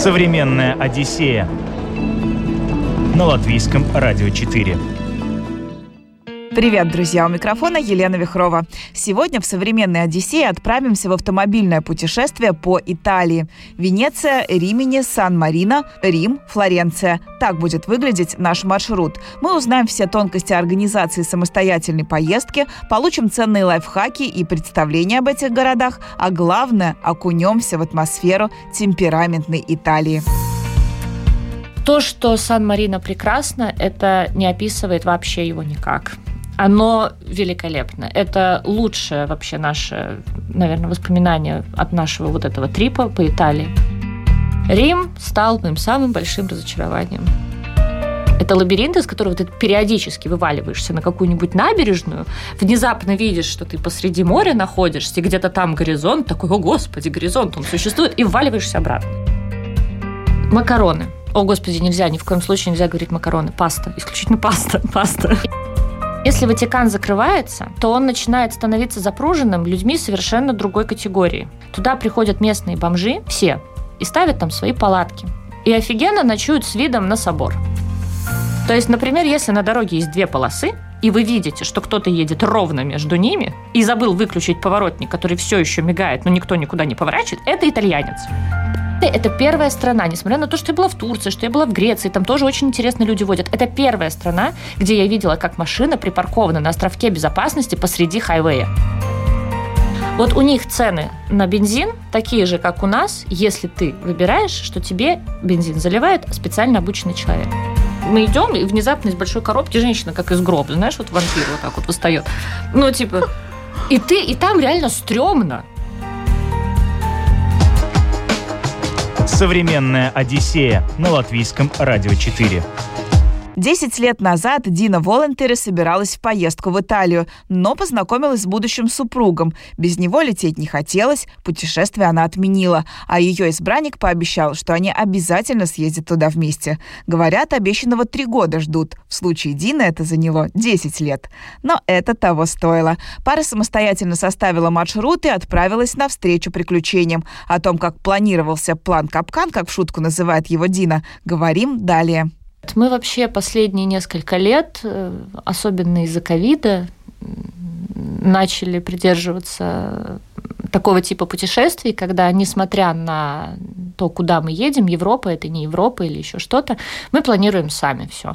Современная Одиссея на Латвийском радио 4. Привет, друзья! У микрофона Елена Вихрова. Сегодня в «Современной Одиссее» отправимся в автомобильное путешествие по Италии. Венеция, Римини, Сан-Марино, Рим, Флоренция. Так будет выглядеть наш маршрут. Мы узнаем все тонкости организации самостоятельной поездки, получим ценные лайфхаки и представления об этих городах, а главное – окунемся в атмосферу темпераментной Италии. То, что Сан-Марино прекрасно, это не описывает вообще его никак. Оно великолепно. Это лучшее вообще наше, наверное, воспоминание от нашего вот этого трипа по Италии. Рим стал моим самым большим разочарованием. Это лабиринт, из которого ты периодически вываливаешься на какую-нибудь набережную, внезапно видишь, что ты посреди моря находишься, и где-то там горизонт, такой, о господи, горизонт, он существует, и вваливаешься обратно. Макароны. О господи, нельзя, ни в коем случае нельзя говорить макароны. Паста, исключительно паста. Если Ватикан закрывается, то он начинает становиться запруженным людьми совершенно другой категории. Туда приходят местные бомжи, все, и ставят там свои палатки. И офигенно ночуют с видом на собор. То есть, например, если на дороге есть две полосы, и вы видите, что кто-то едет ровно между ними, и забыл выключить поворотник, который все еще мигает, но никто никуда не поворачивает, это итальянец. Это первая страна, несмотря на то, что я была в Турции, что я была в Греции, там тоже очень интересно люди водят. Это первая страна, где я видела, как машина припаркована на островке безопасности посреди хайвея. Вот у них цены на бензин такие же, как у нас, если ты выбираешь, что тебе бензин заливает специально обученный человек. Мы идем, и внезапно из большой коробки женщина, как из гроба, знаешь, вот вампир вот так вот восстает. Ну, типа, и там реально стрёмно. Современная Одиссея на Латвийском радио 4. 10 лет назад Дина Волонтере собиралась в поездку в Италию, но познакомилась с будущим супругом. Без него лететь не хотелось, путешествие она отменила, а ее избранник пообещал, что они обязательно съездят туда вместе. Говорят, обещанного 3 года ждут. В случае Дины это заняло 10 лет. Но это того стоило. Пара самостоятельно составила маршрут и отправилась навстречу приключениям. О том, как планировался план-капкан, как в шутку называет его Дина, говорим далее. Мы вообще последние несколько лет, особенно из-за ковида, начали придерживаться такого типа путешествий, когда, несмотря на то, куда мы едем, Европа это не Европа или еще что-то, мы планируем сами все.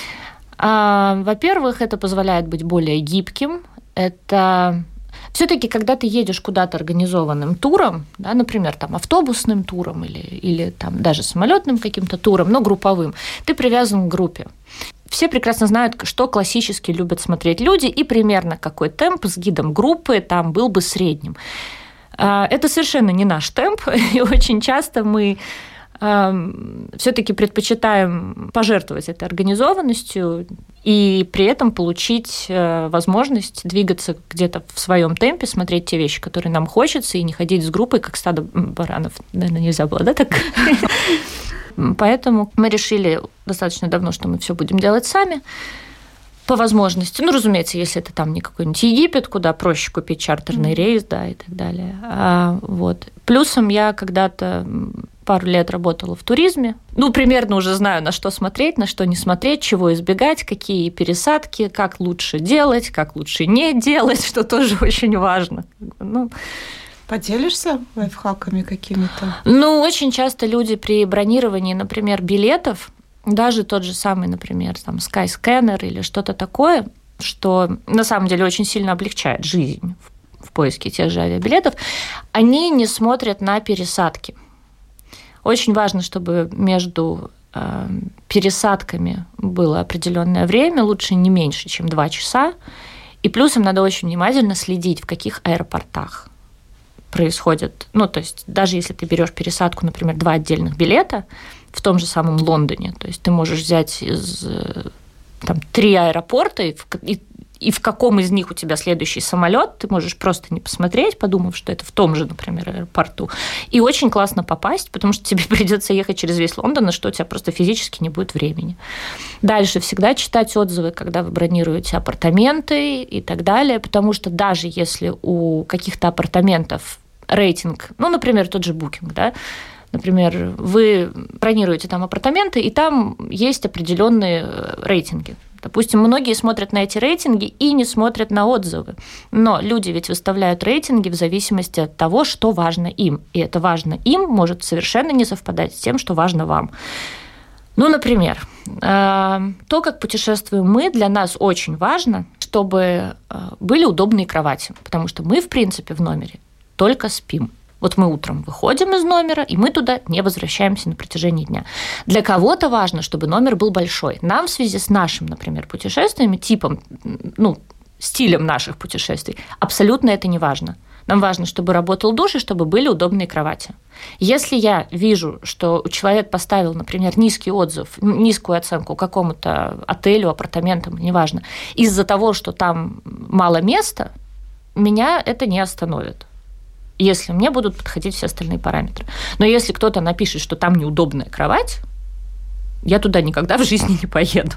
Во-первых, это позволяет быть более гибким. Это все-таки, когда ты едешь куда-то организованным туром, да, например, там, автобусным туром или там, даже самолетным каким-то туром, но групповым, ты привязан к группе. Все прекрасно знают, что классически любят смотреть люди, и примерно какой темп с гидом группы там был бы средним. Это совершенно не наш темп, и очень часто мы все-таки предпочитаем пожертвовать этой организованностью и при этом получить возможность двигаться где-то в своем темпе, смотреть те вещи, которые нам хочется, и не ходить с группой, как стадо баранов. Наверное, нельзя было, да, так? Поэтому мы решили достаточно давно, что мы все будем делать сами. По возможности. Ну, разумеется, если это там не какой-нибудь Египет, куда проще купить чартерный рейс, да, и так далее. Вот. Плюсом я когда-то пару лет работала в туризме. Ну, примерно уже знаю, на что смотреть, на что не смотреть, чего избегать, какие пересадки, как лучше делать, как лучше не делать, что тоже очень важно. Ну, поделишься лайфхаками какими-то? Ну, очень часто люди при бронировании, например, билетов, даже тот же самый, например, там, Skyscanner или что-то такое, что на самом деле очень сильно облегчает жизнь в поиске тех же авиабилетов, они не смотрят на пересадки. Очень важно, чтобы между пересадками было определенное время, лучше не меньше, чем 2 часа. И плюсом надо очень внимательно следить, в каких аэропортах происходит. Ну, то есть даже если ты берешь пересадку, например, 2 отдельных билета в том же самом Лондоне, то есть ты можешь взять из там, 3 аэропорта, и в каком из них у тебя следующий самолет, ты можешь просто не посмотреть, подумав, что это в том же, например, аэропорту. И очень классно попасть, потому что тебе придется ехать через весь Лондон, на что у тебя просто физически не будет времени. Дальше всегда читать отзывы, когда вы бронируете апартаменты и так далее, потому что даже если у каких-то апартаментов рейтинг, ну, например, тот же Booking, да, Например, вы бронируете там апартаменты, и там есть определенные рейтинги. Допустим, многие смотрят на эти рейтинги и не смотрят на отзывы. Но люди ведь выставляют рейтинги в зависимости от того, что важно им. И это важно им может совершенно не совпадать с тем, что важно вам. Ну, например, то, как путешествуем мы, для нас очень важно, чтобы были удобные кровати, потому что мы, в принципе, в номере только спим. Вот мы утром выходим из номера, и мы туда не возвращаемся на протяжении дня. Для кого-то важно, чтобы номер был большой. Нам в связи с нашим, например, путешествиями, типом, стилем наших путешествий, абсолютно это не важно. Нам важно, чтобы работал душ и чтобы были удобные кровати. Если я вижу, что человек поставил, например, низкий отзыв, низкую оценку какому-то отелю, апартаментам, неважно, из-за того, что там мало места, меня это не остановит, если мне будут подходить все остальные параметры. Но если кто-то напишет, что там неудобная кровать, я туда никогда в жизни не поеду.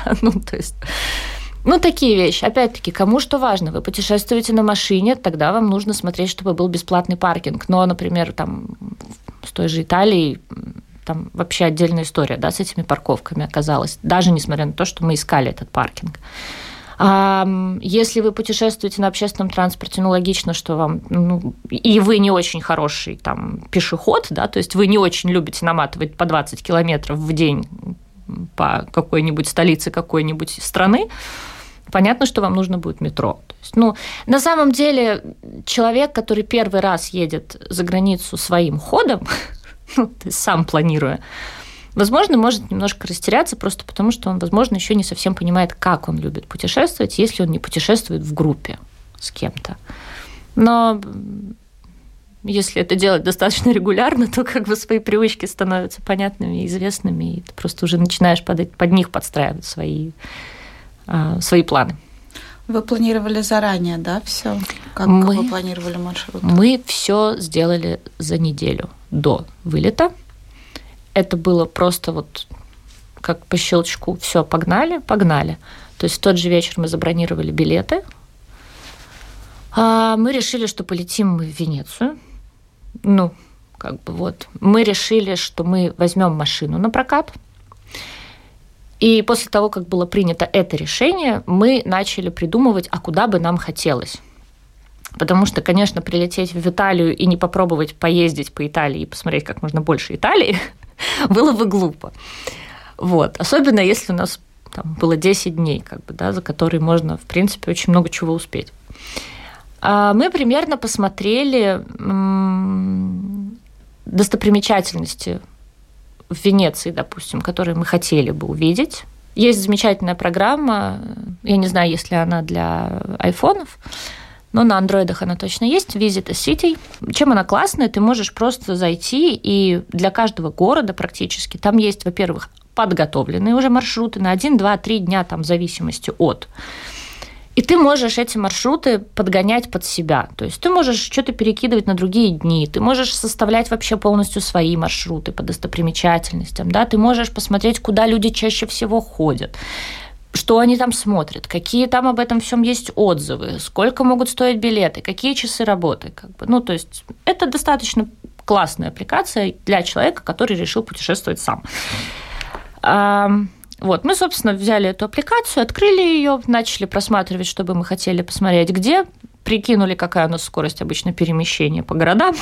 Такие вещи. Опять-таки, кому что важно. Вы путешествуете на машине, тогда вам нужно смотреть, чтобы был бесплатный паркинг. Но, например, там, с той же Италией там вообще отдельная история, да, с этими парковками оказалась, даже несмотря на то, что мы искали этот паркинг. Если вы путешествуете на общественном транспорте, логично, что вам, и вы не очень хороший там пешеход, да, то есть вы не очень любите наматывать по 20 километров в день по какой-нибудь столице какой-нибудь страны, понятно, что вам нужно будет метро. То есть, на самом деле человек, который первый раз едет за границу своим ходом, то есть сам планируя, возможно, может немножко растеряться просто потому, что он, возможно, еще не совсем понимает, как он любит путешествовать, если он не путешествует в группе с кем-то. Но если это делать достаточно регулярно, то свои привычки становятся понятными и известными, и ты просто уже начинаешь под них подстраивать свои планы. Вы планировали заранее, да, все? Как вы планировали маршрут? Мы все сделали за неделю до вылета. Это было просто как по щелчку. Все, погнали. То есть в тот же вечер мы забронировали билеты. Мы решили, что полетим мы в Венецию. Мы решили, что мы возьмем машину на прокат. И после того, как было принято это решение, мы начали придумывать, куда бы нам хотелось. Потому что, конечно, прилететь в Италию и не попробовать поездить по Италии и посмотреть как можно больше Италии было бы глупо. Особенно если у нас там было 10 дней, за которые можно, в принципе, очень много чего успеть. Мы примерно посмотрели достопримечательности в Венеции, допустим, которые мы хотели бы увидеть. Есть замечательная программа, я не знаю, есть ли она для айфонов, но на андроидах она точно есть, Visit a City. Чем она классная? Ты можешь просто зайти, и для каждого города практически там есть, во-первых, подготовленные уже маршруты на 1, 2, 3 дня, там, в зависимости от. И ты можешь эти маршруты подгонять под себя. То есть ты можешь что-то перекидывать на другие дни, ты можешь составлять вообще полностью свои маршруты по достопримечательностям, да? Ты можешь посмотреть, куда люди чаще всего ходят, что они там смотрят, какие там об этом всем есть отзывы, сколько могут стоить билеты, какие часы работы. То есть это достаточно классная аппликация для человека, который решил путешествовать сам. Мы, собственно, взяли эту аппликацию, открыли ее, начали просматривать, что бы мы хотели посмотреть, где, прикинули, какая у нас скорость обычно перемещения по городам,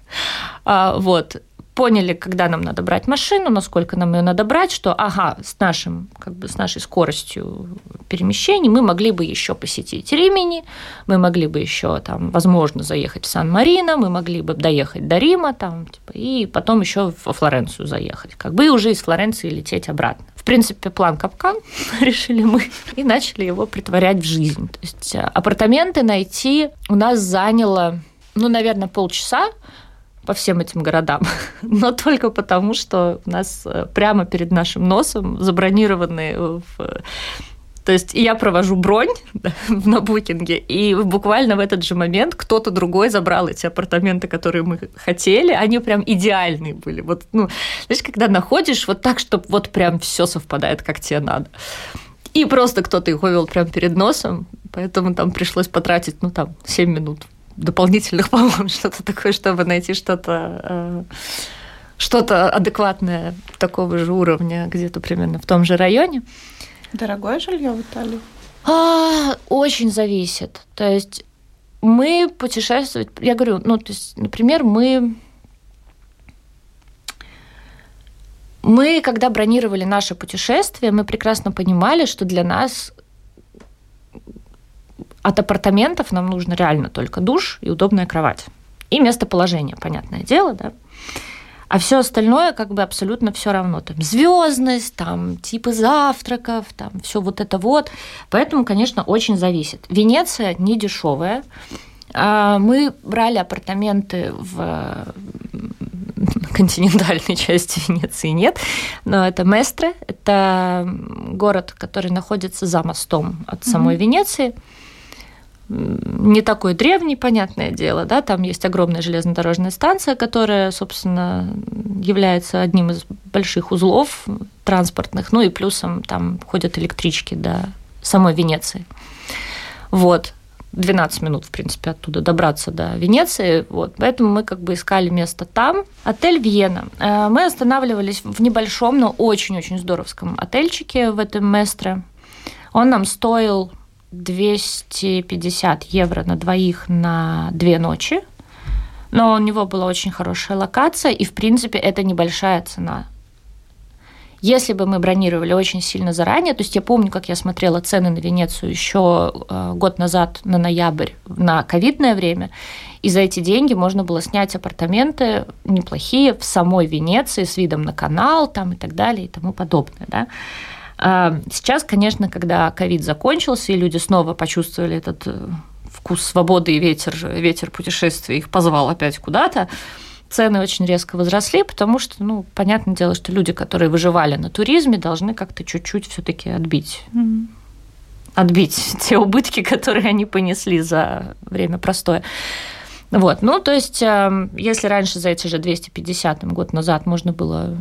поняли, когда нам надо брать машину, насколько нам ее надо брать, что, с нашей скоростью перемещений мы могли бы еще посетить Римини, мы могли бы еще, возможно, заехать в Сан-Марино, мы могли бы доехать до Рима, и потом еще во Флоренцию заехать, и уже из Флоренции лететь обратно. В принципе, план капкан, решили мы, и начали его притворять в жизнь. То есть апартаменты найти у нас заняло, наверное, полчаса, по всем этим городам, но только потому, что у нас прямо перед нашим носом забронированы То есть я провожу бронь на букинге, и буквально в этот же момент кто-то другой забрал эти апартаменты, которые мы хотели, они прям идеальные были. Знаешь, когда находишь так, чтобы прям все совпадает, как тебе надо. И просто кто-то их вывел прямо перед носом, поэтому там пришлось потратить, 7 минут дополнительных, по-моему, что-то такое, чтобы найти что-то что-то адекватное такого же уровня, где-то примерно в том же районе. Дорогое жилье в Италии? Очень зависит. То есть мы путешествовать... Я говорю, то есть, например, мы, когда бронировали наше путешествие, мы прекрасно понимали, что для нас от апартаментов нам нужно реально только душ и удобная кровать. И местоположение, понятное дело, да. А все остальное как бы абсолютно все равно. Там звездность, там типы завтраков, там все вот это вот. Поэтому, конечно, очень зависит. Венеция не дешевая. Мы брали апартаменты в континентальной части Венеции нет, но это Местре, это город, который находится за мостом от самой Венеции. Не такой древний, понятное дело, да, там есть огромная железнодорожная станция, которая, собственно, является одним из больших узлов транспортных, и плюсом там ходят электрички до самой Венеции. Вот. 12 минут, в принципе, оттуда добраться до Венеции, вот, поэтому мы как бы искали место там. Отель «Вьена». Мы останавливались в небольшом, но очень-очень здоровском отельчике в этом Местре. Он нам стоил 250 евро на двоих на 2 ночи, но у него была очень хорошая локация, и, в принципе, это небольшая цена. Если бы мы бронировали очень сильно заранее, то есть я помню, как я смотрела цены на Венецию еще год назад на ноябрь, на ковидное время, и за эти деньги можно было снять апартаменты неплохие в самой Венеции с видом на канал там, и так далее и тому подобное, да. Сейчас, конечно, когда ковид закончился, и люди снова почувствовали этот вкус свободы и ветер путешествий их позвал опять куда-то, цены очень резко возросли, потому что, понятное дело, что люди, которые выживали на туризме, должны как-то чуть-чуть все-таки отбить те убытки, которые они понесли за время простое. Вот, то есть, если раньше за эти же 250 год назад можно было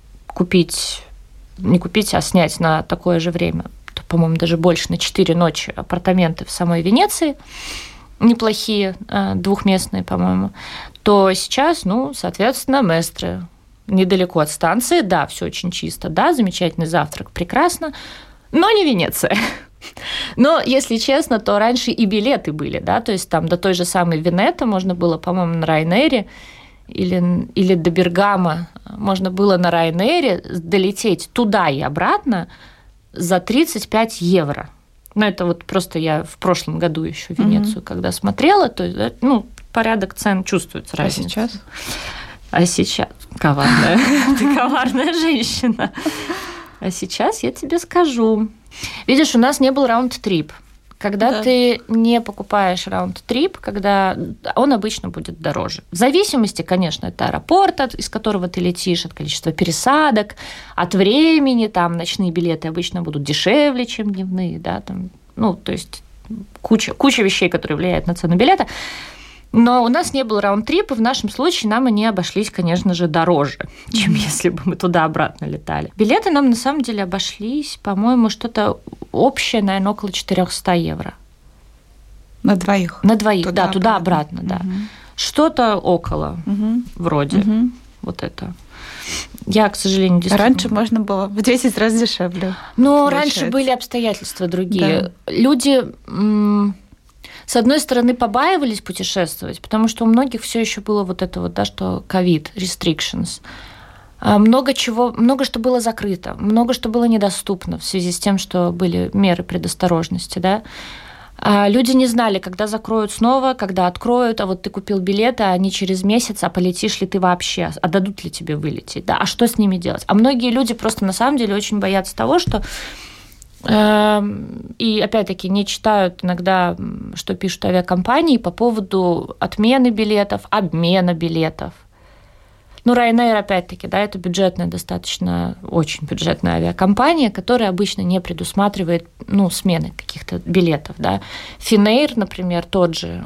не купить, а снять на такое же время, то, по-моему, даже больше, на 4 ночи апартаменты в самой Венеции, неплохие, двухместные, по-моему, то сейчас, соответственно, Местре недалеко от станции, да, все очень чисто, да, замечательный завтрак, прекрасно, но не Венеция. Но, если честно, то раньше и билеты были, да, то есть там до той же самой Венето можно было, по-моему, на Ryanair или до Бергамо можно было на Ryanair долететь туда и обратно за 35 евро. Это вот просто я в прошлом году еще Венецию, когда смотрела, то есть, порядок цен чувствуется разница. А сейчас? Коварная. Ты коварная женщина. А сейчас я тебе скажу. Видишь, у нас не был раунд-трип. Когда ты не покупаешь раунд-трип, когда он обычно будет дороже. В зависимости, конечно, от аэропорта, из которого ты летишь, от количества пересадок, от времени, там ночные билеты обычно будут дешевле, чем дневные, да, там, то есть куча вещей, которые влияют на цену билета. Но у нас не было раунд-трипа, в нашем случае нам они обошлись, конечно же, дороже, чем если бы мы туда-обратно летали. Билеты нам на самом деле обошлись, по-моему, что-то общее, наверное, около 400 евро. На двоих? На двоих, туда-обратно, да. Что-то около, вроде, вот это. Я, к сожалению, действительно... Раньше можно было в 10 раз дешевле. Но раньше были обстоятельства другие. Да. Люди... С одной стороны, побаивались путешествовать, потому что у многих все еще было вот это вот, да, что ковид, restrictions. Много что было закрыто, много что было недоступно в связи с тем, что были меры предосторожности, да. Люди не знали, когда закроют снова, когда откроют, а вот ты купил билеты, а не через месяц, а полетишь ли ты вообще, а дадут ли тебе вылететь, да, а что с ними делать? А многие люди просто на самом деле очень боятся того, что... И, опять-таки, не читают иногда, что пишут авиакомпании по поводу отмены билетов, обмена билетов. Ryanair, опять-таки, да, это бюджетная, достаточно очень бюджетная авиакомпания, которая обычно не предусматривает, смены каких-то билетов, да. Finnair, например, тот же,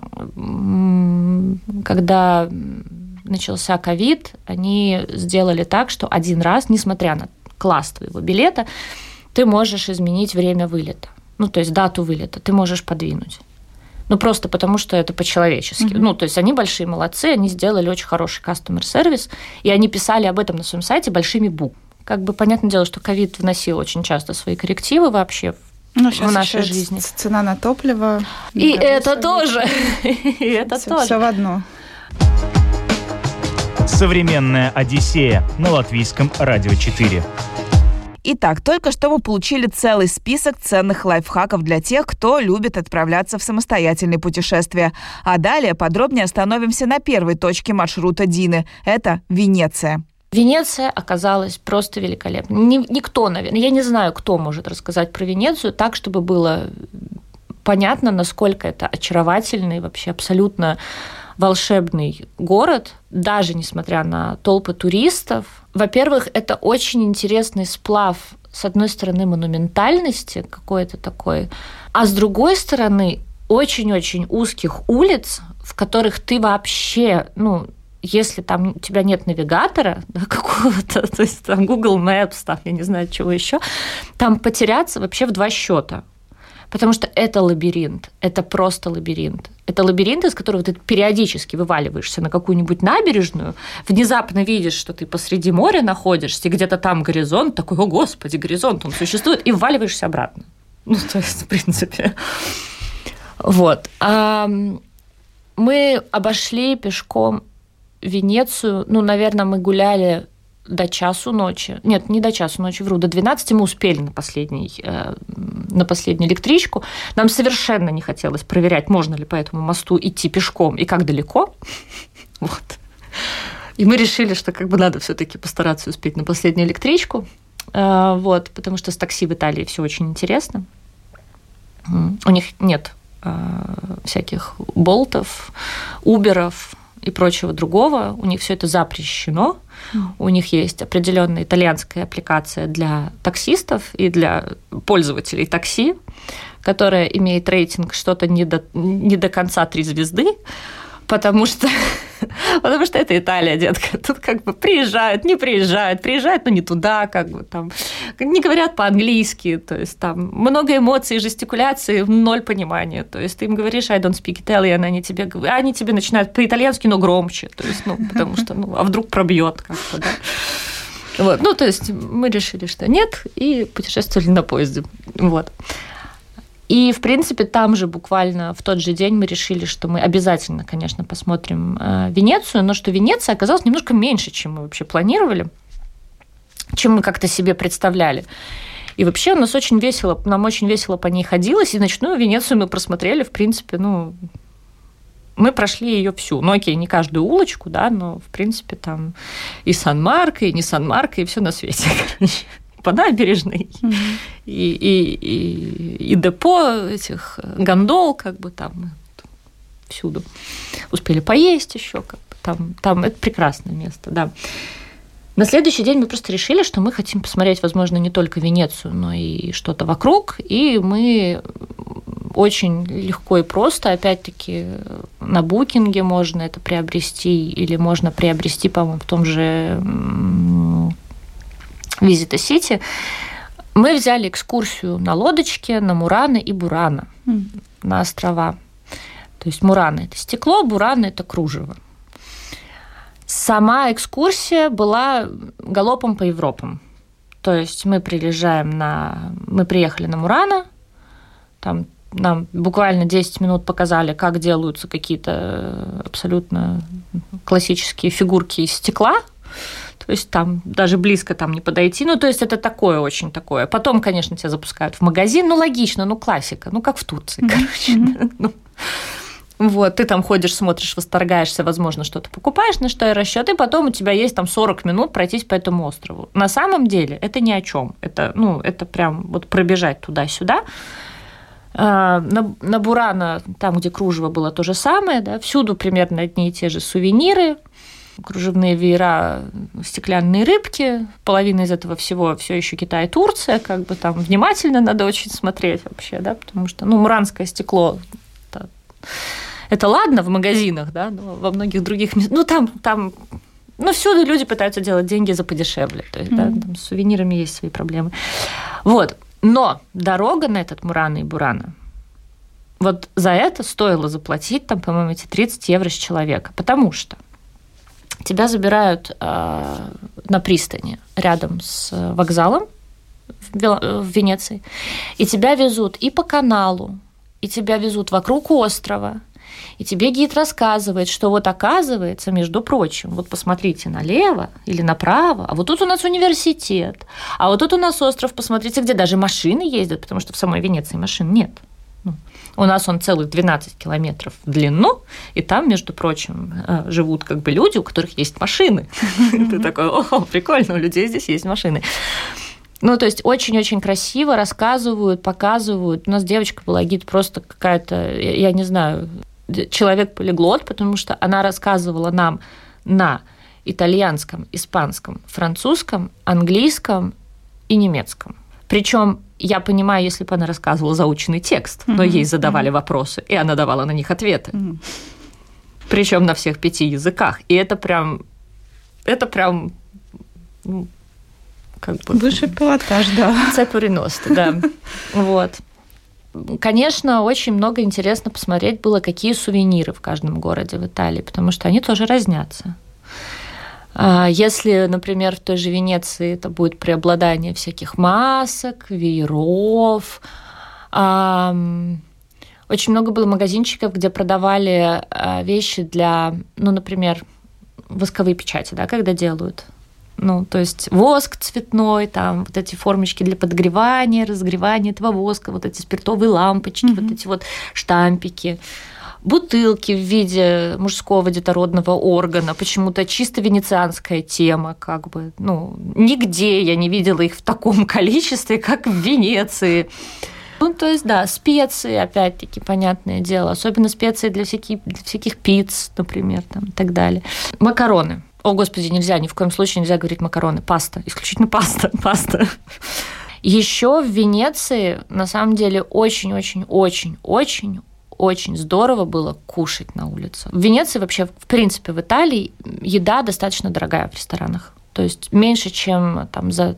когда начался ковид, они сделали так, что один раз, несмотря на класс твоего билета, ты можешь изменить время вылета. То есть дату вылета ты можешь подвинуть. Ну, просто потому, что это по-человечески. Ну, то есть они большие молодцы, они сделали очень хороший customer-сервис, и они писали об этом на своем сайте большими буквами. Как бы понятное дело, что ковид вносил очень часто свои коррективы вообще в нашей жизни. Цена на топливо. И это тоже. И это тоже. Все в одно. Современная Одиссея на Латвийском радио 4. Итак, только что мы получили целый список ценных лайфхаков для тех, кто любит отправляться в самостоятельные путешествия. А далее подробнее остановимся на первой точке маршрута Дины. Это Венеция. Венеция оказалась просто великолепной. Никто, наверное, я не знаю, кто может рассказать про Венецию так, чтобы было понятно, насколько это очаровательный, вообще абсолютно волшебный город, даже несмотря на толпы туристов. Во-первых, это очень интересный сплав, с одной стороны, монументальности какой-то такой, а с другой стороны, очень-очень узких улиц, в которых ты вообще, если там у тебя нет навигатора, да, какого-то, то есть там Google Maps, там, я не знаю, чего еще, там потеряться вообще в 2 счета. Потому что это лабиринт, это просто лабиринт. Это лабиринт, из которого ты периодически вываливаешься на какую-нибудь набережную, внезапно видишь, что ты посреди моря находишься, и где-то там горизонт, такой, о, господи, горизонт, он существует, и вваливаешься обратно. То есть, в принципе. Вот. Мы обошли пешком Венецию, наверное, мы гуляли до часу ночи. Нет, не до часу ночи, вру, до 12 мы успели на последнюю электричку. Нам совершенно не хотелось проверять, можно ли по этому мосту идти пешком и как далеко. Вот. И мы решили, что надо все-таки постараться успеть на последнюю электричку. Вот, потому что с такси в Италии все очень интересно. У них нет всяких болтов, уберов и прочего другого. У них все это запрещено. У них есть определенная итальянская аппликация для таксистов и для пользователей такси, которая имеет рейтинг что-то не до конца 3 звезды, потому что это Италия, детка. Тут приезжают, не приезжают, приезжают, но не туда, там не говорят по-английски, то есть там много эмоций, жестикуляции, 0 понимания. То есть ты им говоришь I don't speak Italian, они тебе начинают по-итальянски, но громче, то есть, потому что, а вдруг пробьет как-то, да. Вот, то есть мы решили, что нет, и путешествовали на поезде, вот. И, в принципе, там же буквально в тот же день мы решили, что мы обязательно, конечно, посмотрим Венецию, но что Венеция оказалась немножко меньше, чем мы вообще планировали, чем мы как-то себе представляли. И вообще нам очень весело по ней ходилось, и ночную Венецию мы просмотрели, в принципе, мы прошли ее всю. Окей, не каждую улочку, да, но, в принципе, там и Сан-Марко, и не Сан-Марко, и все на свете, короче. По набережной, и депо этих гондол, там всюду. Успели поесть еще, там это прекрасное место, да. На следующий день мы просто решили, что мы хотим посмотреть, возможно, не только Венецию, но и что-то вокруг, и мы очень легко и просто, опять-таки, на букинге можно это приобрести, или можно приобрести, по-моему, в том же Визита Сити, мы взяли экскурсию на лодочке на Мурано и Бурано, на острова. То есть Мурано – это стекло, Бурано – это кружево. Сама экскурсия была галопом по Европам. То есть мы приехали на Мурано, там нам буквально 10 минут показали, как делаются какие-то абсолютно классические фигурки из стекла. То есть там даже близко не подойти. То есть это такое, очень такое. Потом, конечно, тебя запускают в магазин. Логично, классика. Как в Турции, короче. Вот, ты там ходишь, смотришь, восторгаешься, возможно, что-то покупаешь, на что и расчет, и потом у тебя есть 40 минут пройтись по этому острову. На самом деле это ни о чем. Это прям пробежать туда-сюда. На Бурано, там, где кружево, было то же самое, да, всюду примерно одни и те же сувениры, кружевные веера, стеклянные рыбки. Половина из этого всего все еще Китай и Турция, там внимательно надо очень смотреть вообще, да, потому что, муранское стекло это ладно в магазинах, да, но во многих других местах, там всюду люди пытаются делать деньги за подешевле, то есть, да, там с сувенирами есть свои проблемы. Вот, но дорога на этот Мурано и Бурано Вот за это стоило заплатить, там, по-моему, эти 30 евро с человека, потому что тебя забирают на пристани рядом с вокзалом в Венеции, и тебя везут и по каналу, и тебя везут вокруг острова, и тебе гид рассказывает, что вот оказывается, между прочим, вот посмотрите налево или направо, а вот тут у нас университет, а вот тут у нас остров, посмотрите, где даже машины ездят, потому что в самой Венеции машин нет. У нас он целых 12 километров в длину, и там, между прочим, живут как бы люди, у которых есть машины. Ты такой, о, прикольно, у людей здесь есть машины. Ну, то есть очень-очень красиво рассказывают, показывают. У нас девочка была гид просто какая-то, я не знаю, человек-полиглот, потому что она рассказывала нам на итальянском, испанском, французском, английском и немецком. Причем я понимаю, если бы она рассказывала заученный текст, но ей задавали вопросы, и она давала на них ответы. Причем на всех 5 языках. И это прям ну, как бы... Высший пилотаж, да. Цепуриност, да. Вот. Конечно, очень много интересно посмотреть было, какие сувениры в каждом городе в Италии, потому что они тоже разнятся. Если, например, в той же Венеции это будет преобладание всяких масок, вееров, очень много было магазинчиков, где продавали вещи для, ну, например, восковые печати, да, когда делают. Ну, то есть воск цветной, там вот эти формочки для подогревания, разогревания этого воска, вот эти спиртовые лампочки, вот эти вот штампики. Бутылки в виде мужского детородного органа, почему-то чисто венецианская тема, как бы, ну, нигде я не видела их в таком количестве, как в Венеции. Ну, то есть, да, специи, опять-таки, понятное дело, особенно специи для всяких пиц, например, там, и так далее. Макароны. О, господи, нельзя, ни в коем случае нельзя говорить макароны. Паста, исключительно паста. Еще в Венеции, на самом деле, очень-очень-очень-очень здорово было кушать на улице. В Венеции вообще, в принципе, в Италии еда достаточно дорогая в ресторанах. То есть меньше, чем там, за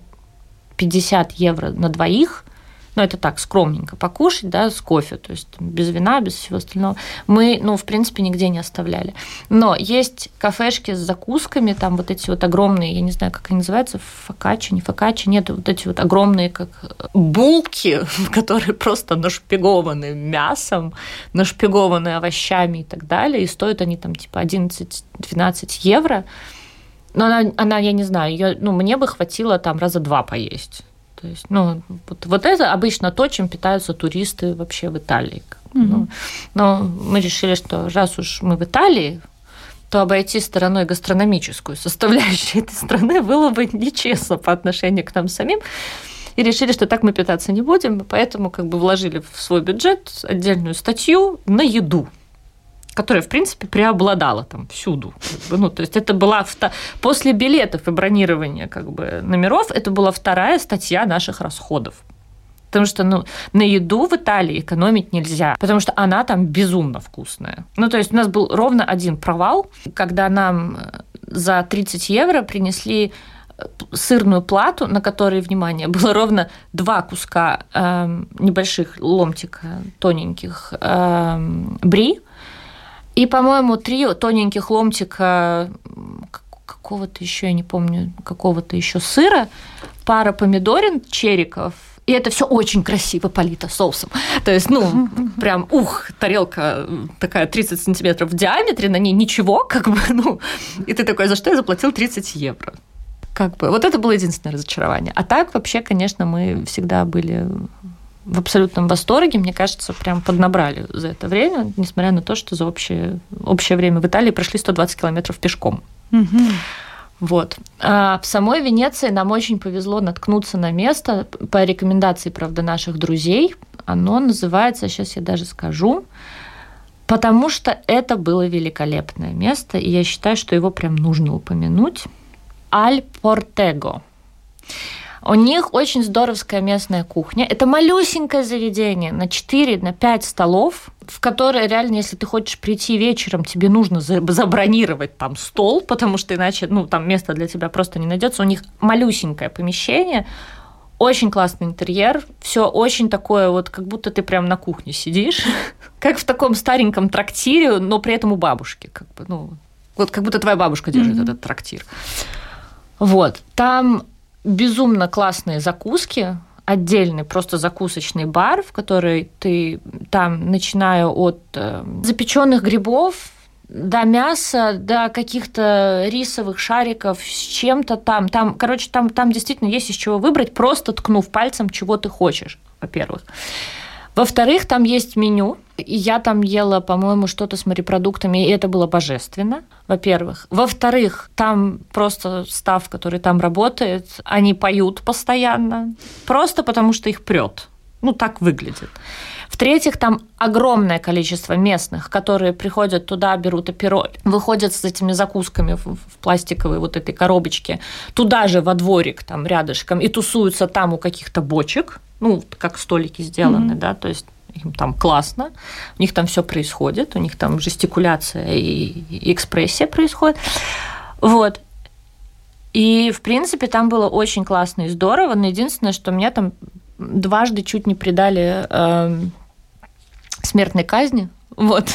50 евро на двоих, ну, это так, скромненько покушать, да, с кофе, то есть без вина, без всего остального, мы, ну, в принципе, нигде не оставляли. Но есть кафешки с закусками, там вот эти вот огромные, я не знаю, как они называются, фокаччо, не фокаччо, нет, вот эти вот огромные, как булки, которые просто нашпигованы мясом, нашпигованы овощами и так далее, и стоят они там типа 11-12 евро. Но она, я не знаю, её, ну, мне бы хватило там раза 2 поесть. То есть, ну, вот это обычно то, чем питаются туристы вообще в Италии. Ну, но мы решили, что раз уж мы в Италии, то обойти стороной гастрономическую составляющую этой страны было бы нечестно по отношению к нам самим. И решили, что так мы питаться не будем, поэтому как бы вложили в свой бюджет отдельную статью на еду, которая, в принципе, преобладала там всюду. Как бы, ну, то есть это была после билетов и бронирования как бы номеров, это была вторая статья наших расходов. Потому что, ну, на еду в Италии экономить нельзя, потому что она там безумно вкусная. Ну, то есть у нас был ровно один провал, когда нам за 30 евро принесли сырную плату, на которой, внимание, было ровно 2 куска небольших ломтика тоненьких бри, и, по-моему, 3 тоненьких ломтика какого-то еще, я не помню, какого-то еще сыра, пара помидорин, чериков, и это все очень красиво полито соусом. То есть, ну, прям, тарелка такая 30 сантиметров в диаметре, на ней ничего, как бы, ну, и ты такой, за что я заплатил 30 евро? Как бы, вот это было единственное разочарование. А так, вообще, конечно, мы всегда были в абсолютном восторге, мне кажется, прям поднабрали за это время, несмотря на то, что за общее время в Италии прошли 120 километров пешком. Вот. А в самой Венеции нам очень повезло наткнуться на место, по рекомендации, правда, наших друзей. Оно называется, сейчас я даже скажу, потому что это было великолепное место, и я считаю, что его прям нужно упомянуть. Аль Портего. У них очень здоровская местная кухня. Это малюсенькое заведение на 4-5 столов, в которое реально, если ты хочешь прийти вечером, тебе нужно забронировать там стол, потому что иначе, ну, там места для тебя просто не найдется. У них малюсенькое помещение, Очень классный интерьер, все очень такое, вот как будто ты прям на кухне сидишь, как в таком стареньком трактире, но при этом у бабушки, как бы, ну, вот как будто твоя бабушка держит этот трактир. Вот, там безумно классные закуски, отдельный просто закусочный бар, в который ты там, начиная от запеченных грибов, до мяса, до каких-то рисовых шариков с чем-то там. Короче, там действительно есть из чего выбрать, просто ткнув пальцем, чего ты хочешь, во-первых. Во-вторых, там есть меню, и я там ела, по-моему, что-то с морепродуктами, и это было божественно, во-первых. Во-вторых, там просто стаф, который там работает, они поют постоянно, просто потому что их прет. Ну, так выглядит. В-третьих, там огромное количество местных, которые приходят туда, берут апероль, выходят с этими закусками в пластиковой вот этой коробочке, туда же во дворик там рядышком и тусуются там у каких-то бочек, ну, как столики сделаны, да, то есть им там классно, у них там все происходит, у них там жестикуляция и экспрессия происходит, вот. И, в принципе, там было очень классно и здорово, но единственное, что меня там дважды чуть не предали смертной казни. Вот.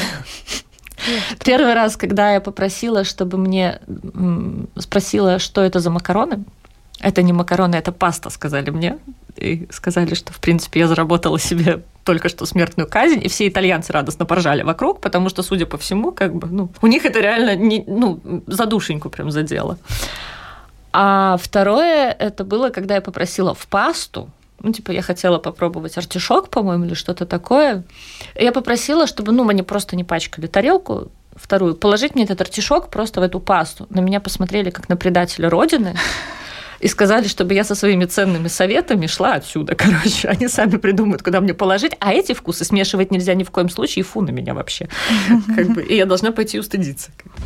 Первый раз, когда я попросила, чтобы мне спросила, что это за макароны. Это не макароны, это паста, сказали мне. И сказали, что, в принципе, я заработала себе только что смертную казнь, и все итальянцы радостно поржали вокруг, потому что, судя по всему, как бы, ну, у них это реально за душеньку прям задело. А второе, это было, когда я попросила в пасту, ну, типа, я хотела попробовать артишок, по-моему, или что-то такое. Я попросила, чтобы, ну, они просто не пачкали тарелку вторую, положить мне этот артишок просто в эту пасту. На меня посмотрели как на предателя Родины и сказали, чтобы я со своими ценными советами шла отсюда, короче. Они сами придумают, куда мне положить, а эти вкусы смешивать нельзя ни в коем случае, и фу на меня вообще. Как бы, и я должна пойти устыдиться.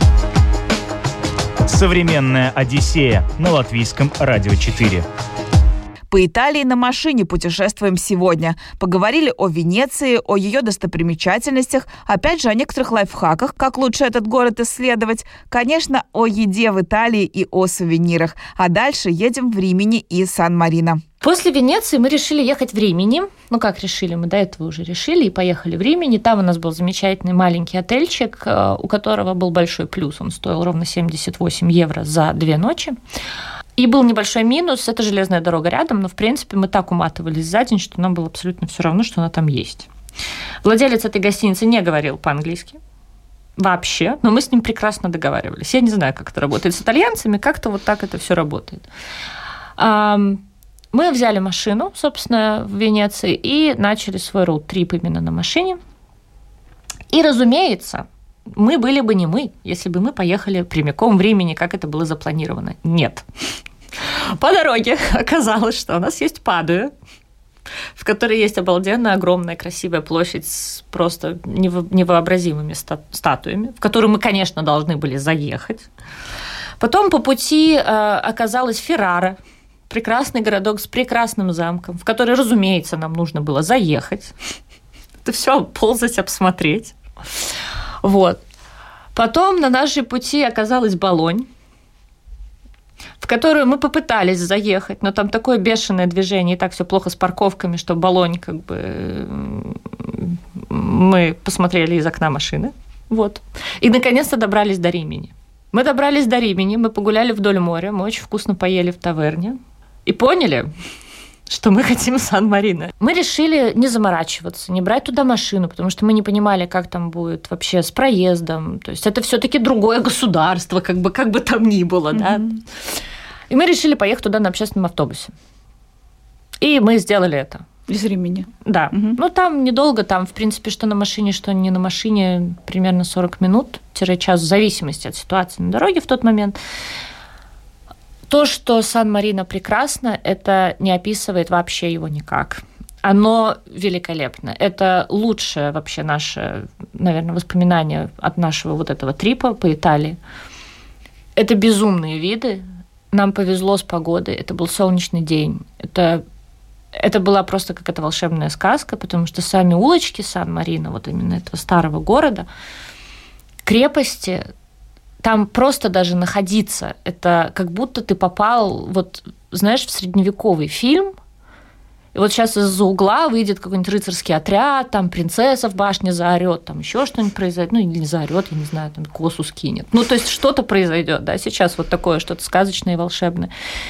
Современная Одиссея на Латвийском радио 4. По Италии на машине путешествуем сегодня. Поговорили о Венеции, о ее достопримечательностях, опять же о некоторых лайфхаках, как лучше этот город исследовать. Конечно, о еде в Италии и о сувенирах. А дальше едем в Римини и Сан-Марино. После Венеции мы решили ехать в Римини. Ну, как решили? Мы до этого уже решили и поехали в Римини. Там у нас был замечательный маленький отельчик, у которого был большой плюс. Он стоил ровно 78 евро за 2 ночи. И был небольшой минус, это железная дорога рядом, но, в принципе, мы так уматывались за день, что нам было абсолютно все равно, что она там есть. Владелец этой гостиницы не говорил по-английски вообще, но мы с ним прекрасно договаривались. Я не знаю, как это работает с итальянцами, как-то вот так это все работает. Мы взяли машину, собственно, в Венеции и начали свой роуд-трип именно на машине. И, разумеется, мы были бы не мы, если бы мы поехали прямиком в Римини, как это было запланировано. Нет. По дороге оказалось, что у нас есть Падуя, в которой есть обалденно огромная красивая площадь с просто невообразимыми статуями, в которую мы, конечно, должны были заехать. Потом по пути оказалась Феррара, прекрасный городок с прекрасным замком, в который, разумеется, нам нужно было заехать. Это все ползать, обсмотреть. Вот. Потом на нашей пути оказалась Болонь, в которую мы попытались заехать, но там такое бешеное движение, и так все плохо с парковками, что Болонь как бы мы посмотрели из окна машины. Вот. И наконец-то добрались до Римини. Мы добрались до Римини, мы погуляли вдоль моря, мы очень вкусно поели в таверне и поняли, что мы хотим Сан-Марино. Мы решили не заморачиваться, не брать туда машину, потому что мы не понимали, как там будет вообще с проездом. То есть это все-таки другое государство, как бы там ни было, да. И мы решили поехать туда на общественном автобусе. И мы сделали это. Из Римини. Да. Ну, там недолго, там, в принципе, что на машине, что не на машине, примерно 40 минут-час, в зависимости от ситуации на дороге в тот момент. То, что Сан-Марино прекрасно, это не описывает вообще его никак. Оно великолепно. Это лучшее вообще наше, наверное, воспоминание от нашего вот этого трипа по Италии. Это безумные виды. Нам повезло с погодой. Это был солнечный день. Это была просто какая-то волшебная сказка, потому что сами улочки Сан-Марино, вот именно этого старого города, крепости, там просто даже находиться, это как будто ты попал, вот, знаешь, в средневековый фильм, И вот сейчас из-за угла выйдет какой-нибудь рыцарский отряд, там принцесса в башне заорет, там еще что-нибудь произойдет, ну, или не заорет, я не знаю, там косу скинет. Ну, то есть что-то произойдет, да, сейчас вот такое что-то сказочное и волшебное.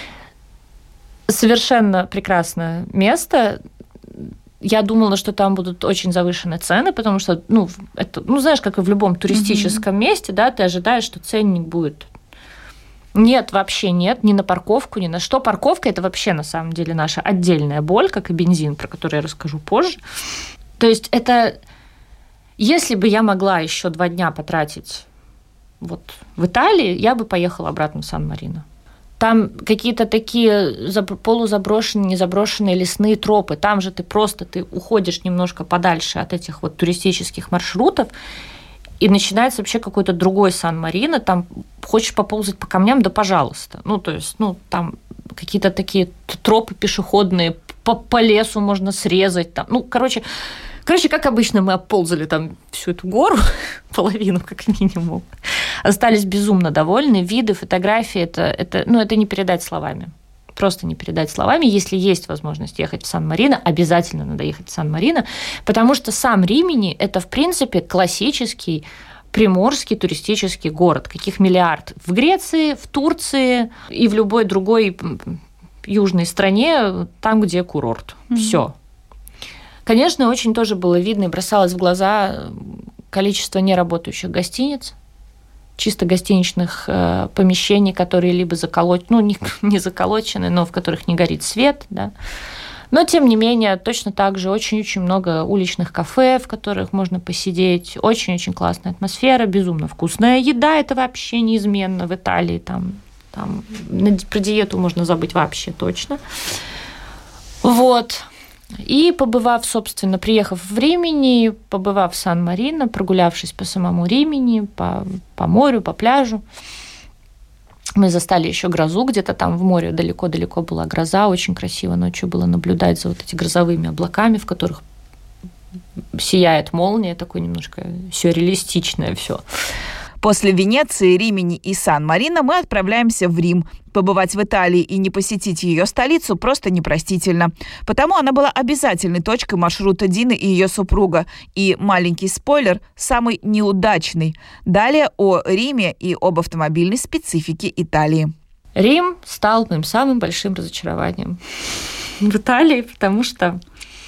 Совершенно прекрасное место. Я думала, что там будут очень завышенные цены, потому что, ну, это, ну, знаешь, как и в любом туристическом месте, да, ты ожидаешь, что ценник будет. Нет, вообще нет, ни на парковку, ни на что. Парковка – это вообще, на самом деле, наша отдельная боль, как и бензин, про который я расскажу позже. То есть это, если бы я могла еще 2 дня потратить вот в Италии, я бы поехала обратно в Сан-Марино. Там какие-то такие полузаброшенные, незаброшенные лесные тропы. Там же ты уходишь немножко подальше от этих вот туристических маршрутов, и начинается вообще какой-то другой Сан-Марино. Там хочешь поползать по камням, да пожалуйста. Ну, то есть, ну, там какие-то такие тропы пешеходные, по лесу можно срезать. Там. Ну, короче, как обычно, мы обползали там всю эту гору, половину как минимум. Остались безумно довольны. Виды, фотографии, это не передать словами. Просто не передать словами. Если есть возможность ехать в Сан-Марино, обязательно надо ехать в Сан-Марино, потому что сам Римини – это, в принципе, классический приморский туристический город, каких миллиард. В Греции, в Турции и в любой другой южной стране, там, где курорт. Все. Конечно, очень тоже было видно и бросалось в глаза количество неработающих гостиниц, чисто гостиничных помещений, которые либо не заколочены, но в которых не горит свет, да. Но, тем не менее, точно так же очень-очень много уличных кафе, в которых можно посидеть, очень-очень классная атмосфера, безумно вкусная еда, это вообще неизменно в Италии, там про диету можно забыть вообще точно. Вот. И приехав в Римини, побывав в Сан-Марино, прогулявшись по самому Римини, по морю, по пляжу, мы застали еще грозу, где-то там в море далеко-далеко была гроза, очень красиво ночью было наблюдать за вот этими грозовыми облаками, в которых сияет молния, такое немножко сюрреалистичное все. После Венеции, Римини и Сан-Марино мы отправляемся в Рим. Побывать в Италии и не посетить ее столицу просто непростительно. Потому она была обязательной точкой маршрута Дины и ее супруга. И маленький спойлер – самый неудачный. Далее о Риме и об автомобильной специфике Италии. Рим стал моим самым большим разочарованием в Италии, потому что,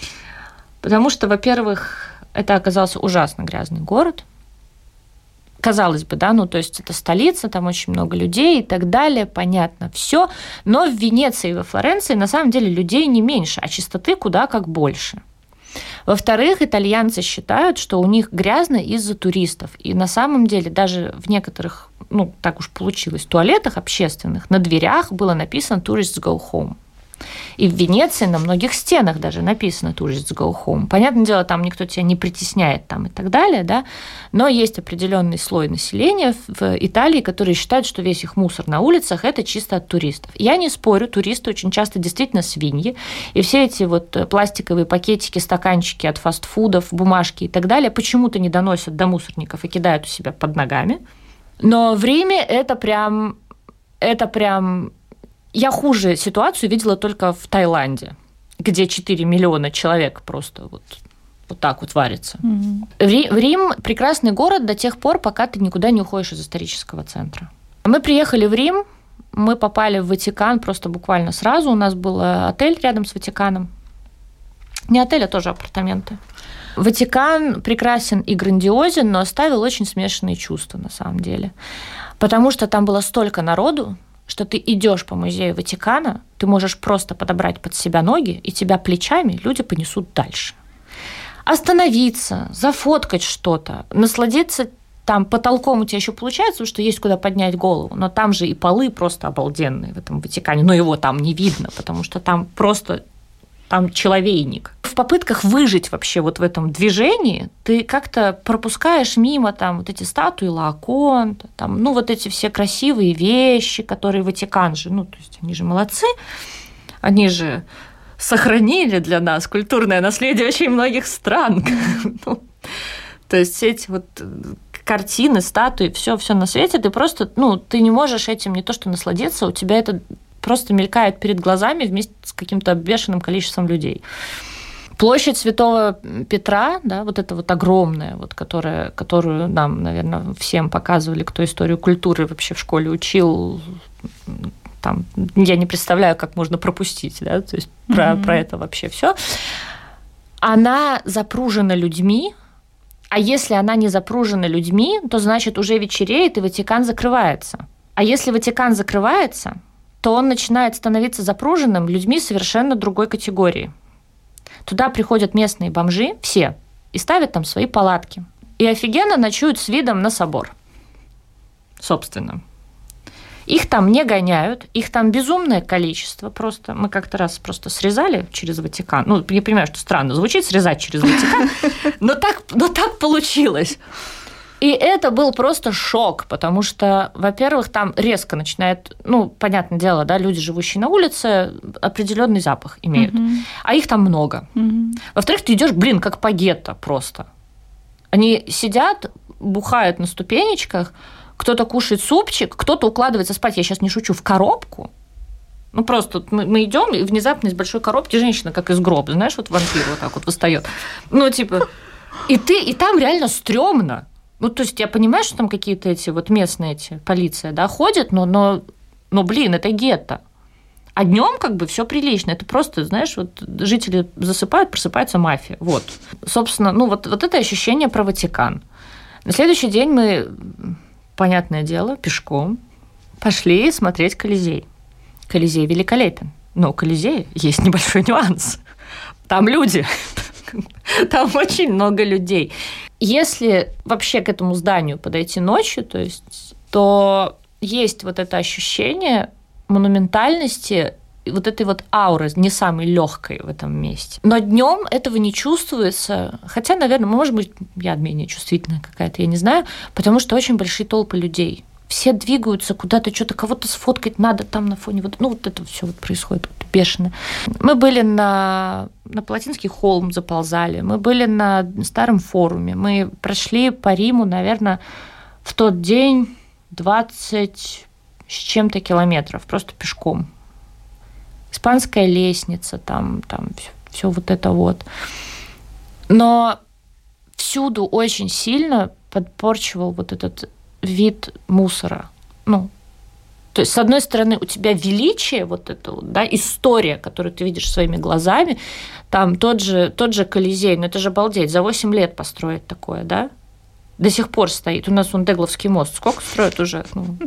во-первых, это оказался ужасно грязный город. Казалось бы, да, ну, то есть это столица, там очень много людей и так далее, понятно, все. Но в Венеции и во Флоренции на самом деле людей не меньше, а чистоты куда как больше. Во-вторых, итальянцы считают, что у них грязно из-за туристов. И на самом деле даже в некоторых, ну, так уж получилось, туалетах общественных на дверях было написано «Tourists go home». И в Венеции на многих стенах даже написано «Tourists go home». Понятное дело, там никто тебя не притесняет там и так далее, да, но есть определенный слой населения в Италии, которые считают, что весь их мусор на улицах – это чисто от туристов. Я не спорю, туристы очень часто действительно свиньи, и все эти вот пластиковые пакетики, стаканчики от фастфудов, бумажки и так далее почему-то не доносят до мусорников и кидают у себя под ногами. Но в Риме это прям Я хуже ситуацию видела только в Таиланде, где 4 миллиона человек просто вот так вот варится. Рим – прекрасный город до тех пор, пока ты никуда не уходишь из исторического центра. Мы приехали в Рим, мы попали в Ватикан просто буквально сразу. У нас был отель рядом с Ватиканом. Не отель, а тоже апартаменты. Ватикан прекрасен и грандиозен, но оставил очень смешанные чувства на самом деле. Потому что там было столько народу, что ты идешь по музею Ватикана, ты можешь просто подобрать под себя ноги, и тебя плечами люди понесут дальше. Остановиться, зафоткать что-то, насладиться там потолком у тебя еще получается, потому что есть куда поднять голову, но там же и полы просто обалденные в этом Ватикане, но его там не видно, потому что там просто там человейник. В попытках выжить вообще вот в этом движении ты как-то пропускаешь мимо там вот эти статуи Лаоконта, там, ну, вот эти все красивые вещи, которые Ватикан же, ну, то есть они же молодцы, они же сохранили для нас культурное наследие очень многих стран. То есть все эти вот картины, статуи, все на свете, ты просто, ну, ты не можешь этим не то что насладиться, у тебя это просто мелькает перед глазами вместе с каким-то бешеным количеством людей. Площадь Святого Петра, да, вот эта вот огромная, вот, которую нам, наверное, всем показывали, кто историю культуры вообще в школе учил, там, я не представляю, как можно пропустить, да, то есть про это вообще все. Она запружена людьми, а если она не запружена людьми, то значит уже вечереет, и Ватикан закрывается. А если Ватикан закрывается, то он начинает становиться запруженным людьми совершенно другой категории. Туда приходят местные бомжи, все, и ставят там свои палатки. И офигенно ночуют с видом на собор. Собственно. Их там не гоняют, их там безумное количество. Просто мы как-то раз просто срезали через Ватикан. Ну, я понимаю, что странно звучит срезать через Ватикан, но так получилось. И это был просто шок, потому что, во-первых, там резко начинает, ну, понятное дело, да, люди, живущие на улице, определенный запах имеют, а их там много. Во-вторых, ты идешь, как по гетто просто. Они сидят, бухают на ступенечках, кто-то кушает супчик, кто-то укладывается спать, я сейчас не шучу, в коробку. Ну, просто мы идем, и внезапно из большой коробки женщина, как из гроба, знаешь, вот вампир вот так вот восстает. Ну, типа, и там реально стрёмно. Ну, то есть я понимаю, что там какие-то эти вот местные полиция, да, ходят, но это гетто. А днем как бы все прилично. Это просто, знаешь, вот жители засыпают, просыпается мафия. Вот. Собственно, ну, вот это ощущение про Ватикан. На следующий день мы, понятное дело, пешком пошли смотреть Колизей. Колизей великолепен. Но у Колизея есть небольшой нюанс. Там люди. Там очень много людей. Если вообще к этому зданию подойти ночью, то есть вот это ощущение монументальности, вот этой вот ауры не самой легкой в этом месте. Но днем этого не чувствуется, хотя, наверное, может быть, я менее чувствительная какая-то, я не знаю, потому что очень большие толпы людей. Все двигаются куда-то, что-то кого-то сфоткать надо там на фоне. Вот это все вот происходит вот, бешено. Мы были на Палатинский холм, заползали. Мы были на Старом форуме. Мы прошли по Риму, наверное, в тот день 20 с чем-то километров, просто пешком. Испанская лестница, там все вот это вот. Но всюду очень сильно подпорчивал вот этот вид мусора. Ну, то есть, с одной стороны, у тебя величие, вот это вот, да, история, которую ты видишь своими глазами, там тот же Колизей, ну это же обалдеть, за 8 лет построить такое, да? До сих пор стоит. У нас Дегловский мост. Сколько строят уже?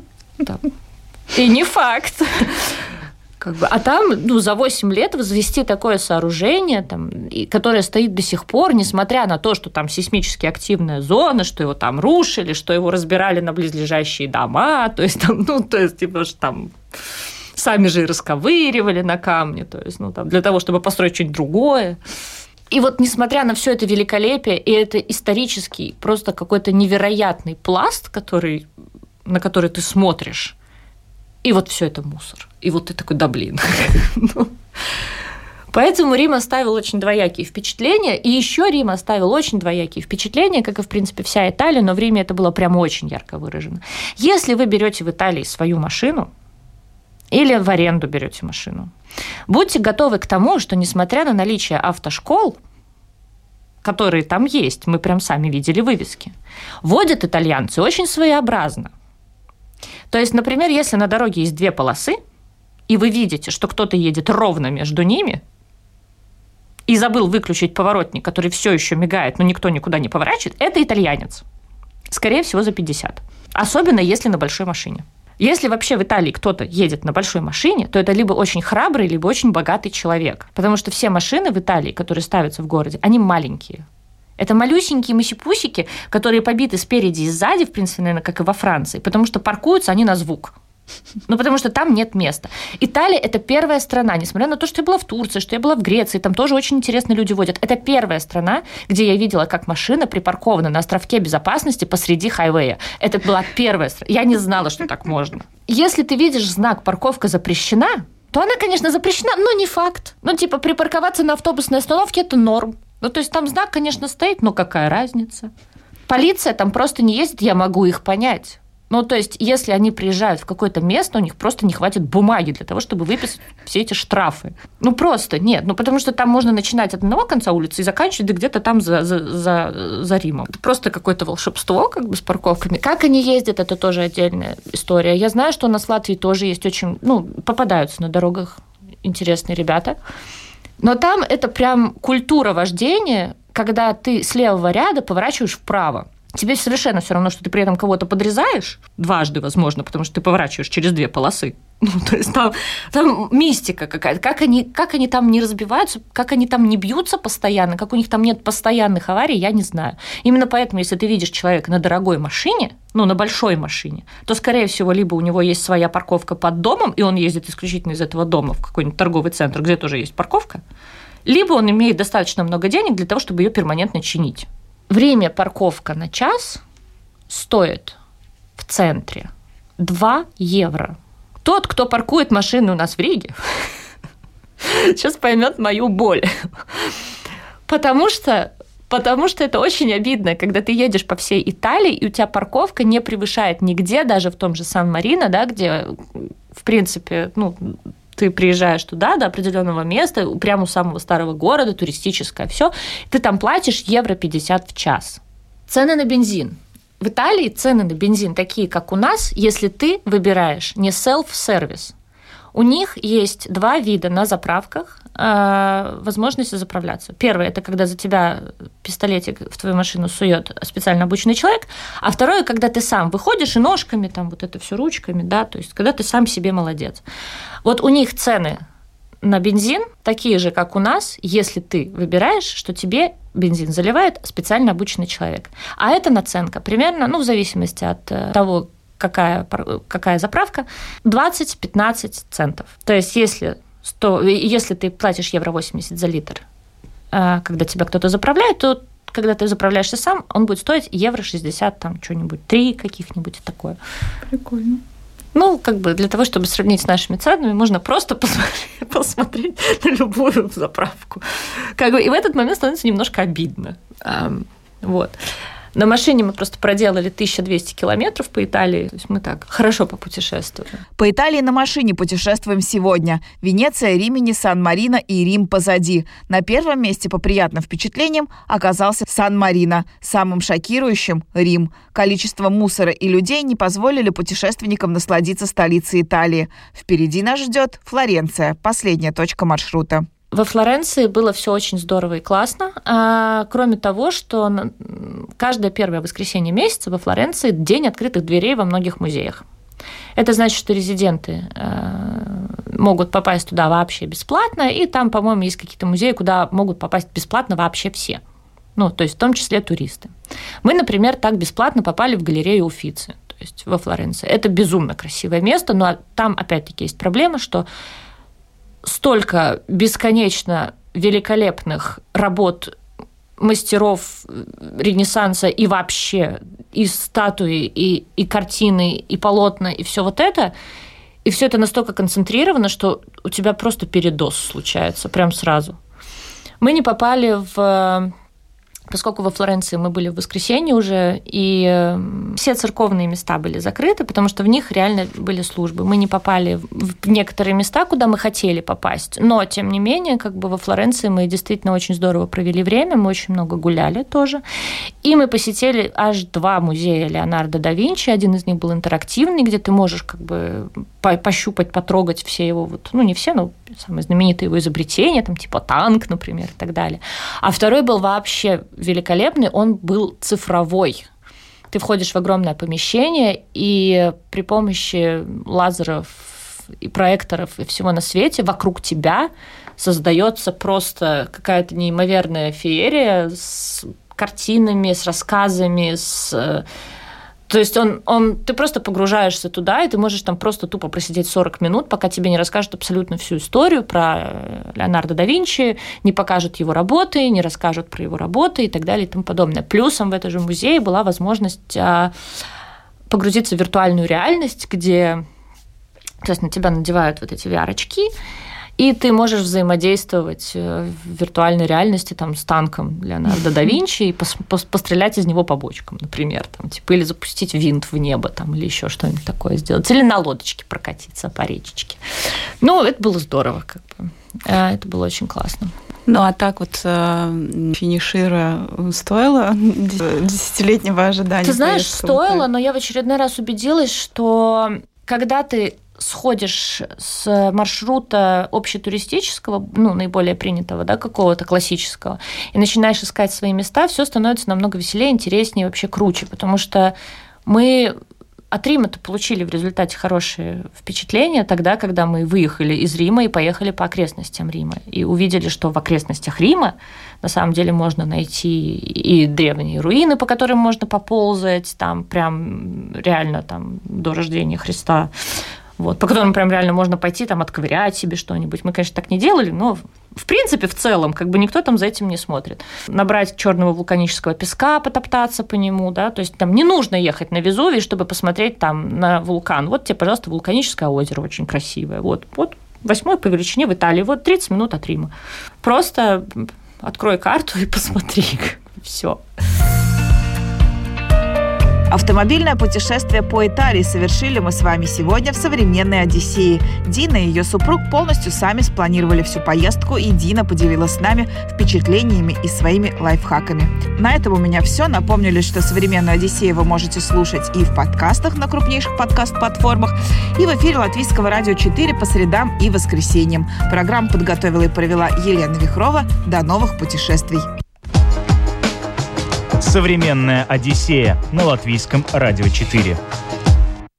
И не факт. А там за 8 лет возвести такое сооружение, которое стоит до сих пор, несмотря на то, что там сейсмически активная зона, что его там рушили, что его разбирали на близлежащие дома, то есть там сами же и расковыривали на камне, то есть для того, чтобы построить что-нибудь другое. И вот несмотря на все это великолепие, и это исторический просто какой-то невероятный пласт, на который ты смотришь, и вот все это мусор. И вот ты такой, да блин. Поэтому Рим оставил очень двоякие впечатления. И еще Рим оставил очень двоякие впечатления, как и, в принципе, вся Италия, но в Риме это было прям очень ярко выражено. Если вы берете в Италии свою машину или в аренду берете машину, будьте готовы к тому, что, несмотря на наличие автошкол, которые там есть, мы прям сами видели вывески, водят итальянцы очень своеобразно. То есть, например, если на дороге есть 2 полосы, и вы видите, что кто-то едет ровно между ними и забыл выключить поворотник, который все еще мигает, но никто никуда не поворачивает, это итальянец. Скорее всего, за 50. Особенно, если на большой машине. Если вообще в Италии кто-то едет на большой машине, то это либо очень храбрый, либо очень богатый человек. Потому что все машины в Италии, которые ставятся в городе, они маленькие. Это малюсенькие мыси-пусики, которые побиты спереди и сзади, в принципе, наверное, как и во Франции, потому что паркуются они на звук. Ну, потому что там нет места. Италия – это первая страна, несмотря на то, что я была в Турции, что я была в Греции, там тоже очень интересно люди водят. Это первая страна, где я видела, как машина припаркована на островке безопасности посреди хайвея. Это была первая страна. Я не знала, что так можно. Если ты видишь знак «парковка запрещена», то она, конечно, запрещена, но не факт. Ну, типа, припарковаться на автобусной остановке – это норм. Ну, то есть там знак, конечно, стоит, но какая разница? Полиция там просто не ездит, я могу их понять. Ну, то есть, если они приезжают в какое-то место, у них просто не хватит бумаги для того, чтобы выписать все эти штрафы. Ну, просто нет. Ну, потому что там можно начинать от одного конца улицы и заканчивать где-то там за Римом. Это просто какое-то волшебство как бы с парковками. Как они ездят, это тоже отдельная история. Я знаю, что у нас в Латвии тоже есть очень... Ну, попадаются на дорогах интересные ребята. Но там это прям культура вождения, когда ты с левого ряда поворачиваешь вправо. Тебе совершенно все равно, что ты при этом кого-то подрезаешь, дважды, возможно, потому что ты поворачиваешь через 2 полосы. Ну, то есть там мистика какая-то. Как они там не разбиваются, как они там не бьются постоянно, как у них там нет постоянных аварий, я не знаю. Именно поэтому, если ты видишь человека на дорогой машине, ну, на большой машине, то, скорее всего, либо у него есть своя парковка под домом, и он ездит исключительно из этого дома в какой-нибудь торговый центр, где тоже есть парковка, либо он имеет достаточно много денег для того, чтобы ее перманентно чинить. Время парковка на час стоит в центре 2 евро. Тот, кто паркует машины у нас в Риге, сейчас поймет мою боль. Потому что это очень обидно, когда ты едешь по всей Италии, и у тебя парковка не превышает нигде, даже в том же Сан-Марино, да, где, в принципе, ну, ты приезжаешь туда, до определенного места, прямо у самого старого города, туристическое, все, ты там платишь евро 50 в час. Цены на бензин. В Италии цены на бензин такие, как у нас, если ты выбираешь не селф-сервис. У них есть 2 вида на заправках возможности заправляться. Первый – это когда за тебя пистолетик в твою машину сует специально обученный человек, а второе – когда ты сам выходишь и ножками, там вот это все ручками, да, то есть когда ты сам себе молодец. Вот у них цены на бензин такие же, как у нас, если ты выбираешь, что тебе бензин заливает специально обученный человек. А эта наценка примерно, ну, в зависимости от того, какая заправка, 20-15 центов. То есть если ты платишь евро 80 за литр, когда тебя кто-то заправляет, то когда ты заправляешься сам, он будет стоить евро 60, там что-нибудь, 3 каких-нибудь и такое. Прикольно. Ну, как бы для того, чтобы сравнить с нашими ценами, можно просто посмотреть на любую заправку. Как бы, и в этот момент становится немножко обидно. Вот. На машине мы просто проделали 1200 километров по Италии. То есть мы так хорошо попутешествовали. По Италии на машине путешествуем сегодня. Венеция, Римини, Сан-Марино и Рим позади. На первом месте по приятным впечатлениям оказался Сан-Марино. Самым шокирующим – Рим. Количество мусора и людей не позволили путешественникам насладиться столицей Италии. Впереди нас ждет Флоренция, последняя точка маршрута. Во Флоренции было все очень здорово и классно. Кроме того, что каждое первое воскресенье месяца во Флоренции день открытых дверей во многих музеях. Это значит, что резиденты могут попасть туда вообще бесплатно, и там, по-моему, есть какие-то музеи, куда могут попасть бесплатно вообще все. Ну, то есть в том числе туристы. Мы, например, так бесплатно попали в галерею Уффици, то есть во Флоренции. Это безумно красивое место, но там, опять-таки, есть проблема, что столько бесконечно великолепных работ мастеров Ренессанса и вообще и статуи, и картины, и полотна, и все вот это, и все это настолько концентрировано, что у тебя просто передоз случается прям сразу. Мы не попали поскольку во Флоренции мы были в воскресенье уже, и все церковные места были закрыты, потому что в них реально были службы. Мы не попали в некоторые места, куда мы хотели попасть, но, тем не менее, как бы во Флоренции мы действительно очень здорово провели время, мы очень много гуляли тоже, и мы посетили аж 2 музея Леонардо да Винчи. Один из них был интерактивный, где ты можешь как бы пощупать, потрогать все его, ну, не все, но самые знаменитые его изобретения, там, типа танк, например, и так далее. А второй был вообще великолепный, он был цифровой. Ты входишь в огромное помещение, и при помощи лазеров и проекторов и всего на свете вокруг тебя создается просто какая-то неимоверная феерия с картинами, с рассказами, То есть ты просто погружаешься туда, и ты можешь там просто тупо просидеть 40 минут, пока тебе не расскажут абсолютно всю историю про Леонардо да Винчи, не покажут его работы, не расскажут про его работы и так далее и тому подобное. Плюсом в этом же музее была возможность погрузиться в виртуальную реальность, где, то есть, на тебя надевают вот эти VR-очки, и ты можешь взаимодействовать в виртуальной реальности там, с танком Леонардо да Винчи и пострелять из него по бочкам, например, там, типа, или запустить винт в небо там, или еще что-нибудь такое сделать, или на лодочке прокатиться по речечке. Ну, это было здорово, как бы. Это было очень классно. Ну, а так вот финишира стоило 10-летнего ожидания? Ты знаешь, стоило, но я в очередной раз убедилась, что когда ты сходишь с маршрута общетуристического, ну, наиболее принятого, да, какого-то классического, и начинаешь искать свои места, все становится намного веселее, интереснее, вообще круче, потому что мы от Рима-то получили в результате хорошие впечатления тогда, когда мы выехали из Рима и поехали по окрестностям Рима. И увидели, что в окрестностях Рима на самом деле можно найти и древние руины, по которым можно поползать, там прям реально там, до рождения Христа, вот, по которым прям реально можно пойти, там, отковырять себе что-нибудь. Мы, конечно, так не делали, но в принципе, в целом, как бы никто там за этим не смотрит. Набрать черного вулканического песка, потоптаться по нему, да, то есть там не нужно ехать на Везувий, чтобы посмотреть там на вулкан. Вот тебе, пожалуйста, вулканическое озеро очень красивое. Вот 8-е по величине в Италии, вот 30 минут от Рима. Просто открой карту и посмотри. Все. Автомобильное путешествие по Италии совершили мы с вами сегодня в современной Одиссее. Дина и ее супруг полностью сами спланировали всю поездку, и Дина поделилась с нами впечатлениями и своими лайфхаками. На этом у меня все. Напомню лишь, что современную Одиссею вы можете слушать и в подкастах на крупнейших подкаст-платформах, и в эфире Латвийского радио 4 по средам и воскресеньям. Программу подготовила и провела Елена Вихрова. До новых путешествий! Современная Одиссея на Латвийском радио 4.